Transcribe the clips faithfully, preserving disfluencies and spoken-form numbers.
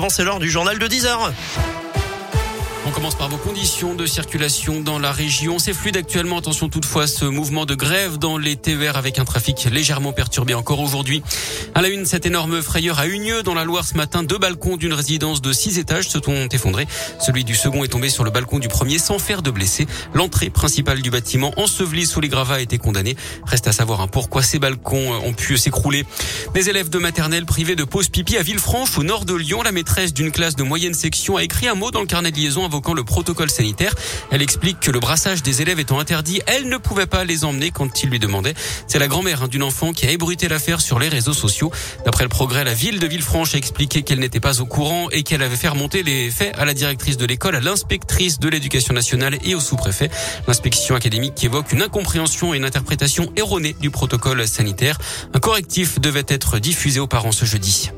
avant, c'est l'heure du journal de dix heures. On commence par vos conditions de circulation dans la région. C'est fluide actuellement. Attention toutefois à ce mouvement de grève dans les T E R avec un trafic légèrement perturbé encore aujourd'hui. À la une, cette énorme frayeur à Unieux dans la Loire ce matin. Deux balcons d'une résidence de six étages se sont effondrés. Celui du second est tombé sur le balcon du premier sans faire de blessés. L'entrée principale du bâtiment ensevelie sous les gravats a été condamnée. Reste à savoir hein, pourquoi ces balcons ont pu s'écrouler. Des élèves de maternelle privés de pause pipi à Villefranche au nord de Lyon. La maîtresse d'une classe de moyenne section a écrit un mot dans le carnet de liaison invoquant le protocole sanitaire. Elle explique que le brassage des élèves étant interdit, elle ne pouvait pas les emmener quand ils lui demandaient. C'est la grand-mère hein, d'une enfant qui a ébruité l'affaire sur les réseaux sociaux. D'après le Progrès, la ville de Villefranche a expliqué qu'elle n'était pas au courant et qu'elle avait fait remonter les faits à la directrice de l'école, à l'inspectrice de l'éducation nationale et au sous-préfet. L'inspection académique qui évoque une incompréhension et une interprétation erronée du protocole sanitaire. Un correctif devait être diffusé aux parents ce jeudi.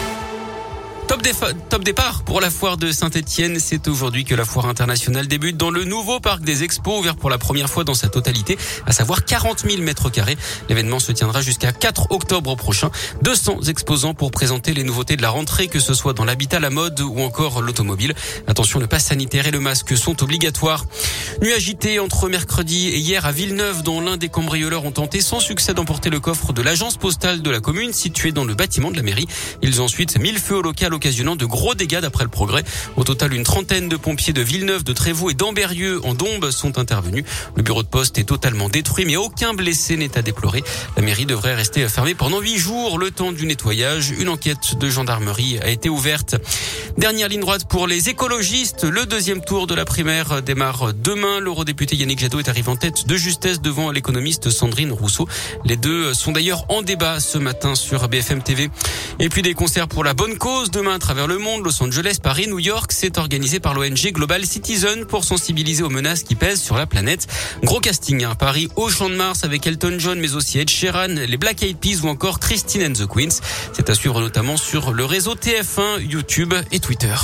Top, défa- top départ pour la foire de Saint-Etienne. C'est aujourd'hui que la foire internationale débute dans le nouveau parc des expos, ouvert pour la première fois dans sa totalité, à savoir quarante mille mètres carrés. L'événement se tiendra jusqu'à quatre octobre prochain. deux cents exposants pour présenter les nouveautés de la rentrée, que ce soit dans l'habitat, la mode ou encore l'automobile. Attention, le pass sanitaire et le masque sont obligatoires. Nuit agitée entre mercredi et hier à Villeneuve, dont l'un des cambrioleurs ont tenté sans succès d'emporter le coffre de l'agence postale de la commune située dans le bâtiment de la mairie. Ils ont ensuite mis le feu au local, occasionnant de gros dégâts d'après le Progrès. Au total, une trentaine de pompiers de Villeneuve, de Trévoux et d'Ambérieux en Dombes sont intervenus. Le bureau de poste est totalement détruit, mais aucun blessé n'est à déplorer. La mairie devrait rester fermée pendant huit jours, le temps du nettoyage. Une enquête de gendarmerie a été ouverte. Dernière ligne droite pour les écologistes. Le deuxième tour de la primaire démarre demain. L'eurodéputé Yannick Jadot est arrivé en tête de justesse devant l'économiste Sandrine Rousseau. Les deux sont d'ailleurs en débat ce matin sur B F M T V. Et puis des concerts pour la bonne cause demain à travers le monde. Los Angeles, Paris, New York, c'est organisé par l'O N G Global Citizen pour sensibiliser aux menaces qui pèsent sur la planète. Gros casting à Paris, au Champ de Mars avec Elton John, mais aussi Ed Sheeran, les Black Eyed Peas ou encore Christine and the Queens. C'est à suivre notamment sur le réseau T F un, YouTube et Twitter.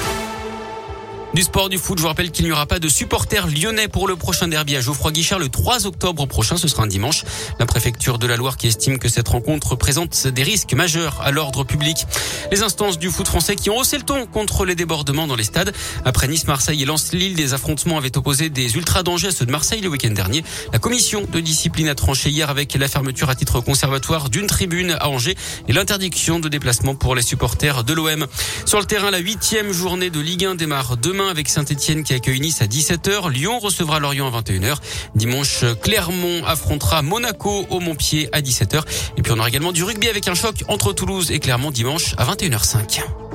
Du sport, du foot, je vous rappelle qu'il n'y aura pas de supporters lyonnais pour le prochain derby à Geoffroy-Guichard le trois octobre prochain. Ce sera un dimanche. La préfecture de la Loire qui estime que cette rencontre présente des risques majeurs à l'ordre public. Les instances du foot français qui ont haussé le ton contre les débordements dans les stades. Après Nice, Marseille et Lens-Lille, des affrontements avaient opposé des ultra-dangers à ceux de Marseille le week-end dernier. La commission de discipline a tranché hier avec la fermeture à titre conservatoire d'une tribune à Angers et l'interdiction de déplacement pour les supporters de l'O M. Sur le terrain, la huitième journée de Ligue un démarre demain avec Saint-Etienne qui accueille Nice à dix-sept heures. Lyon recevra Lorient à vingt et une heures. Dimanche, Clermont affrontera Monaco au Montpied à dix-sept heures. Et puis on aura également du rugby avec un choc entre Toulouse et Clermont dimanche à vingt et une heures cinq.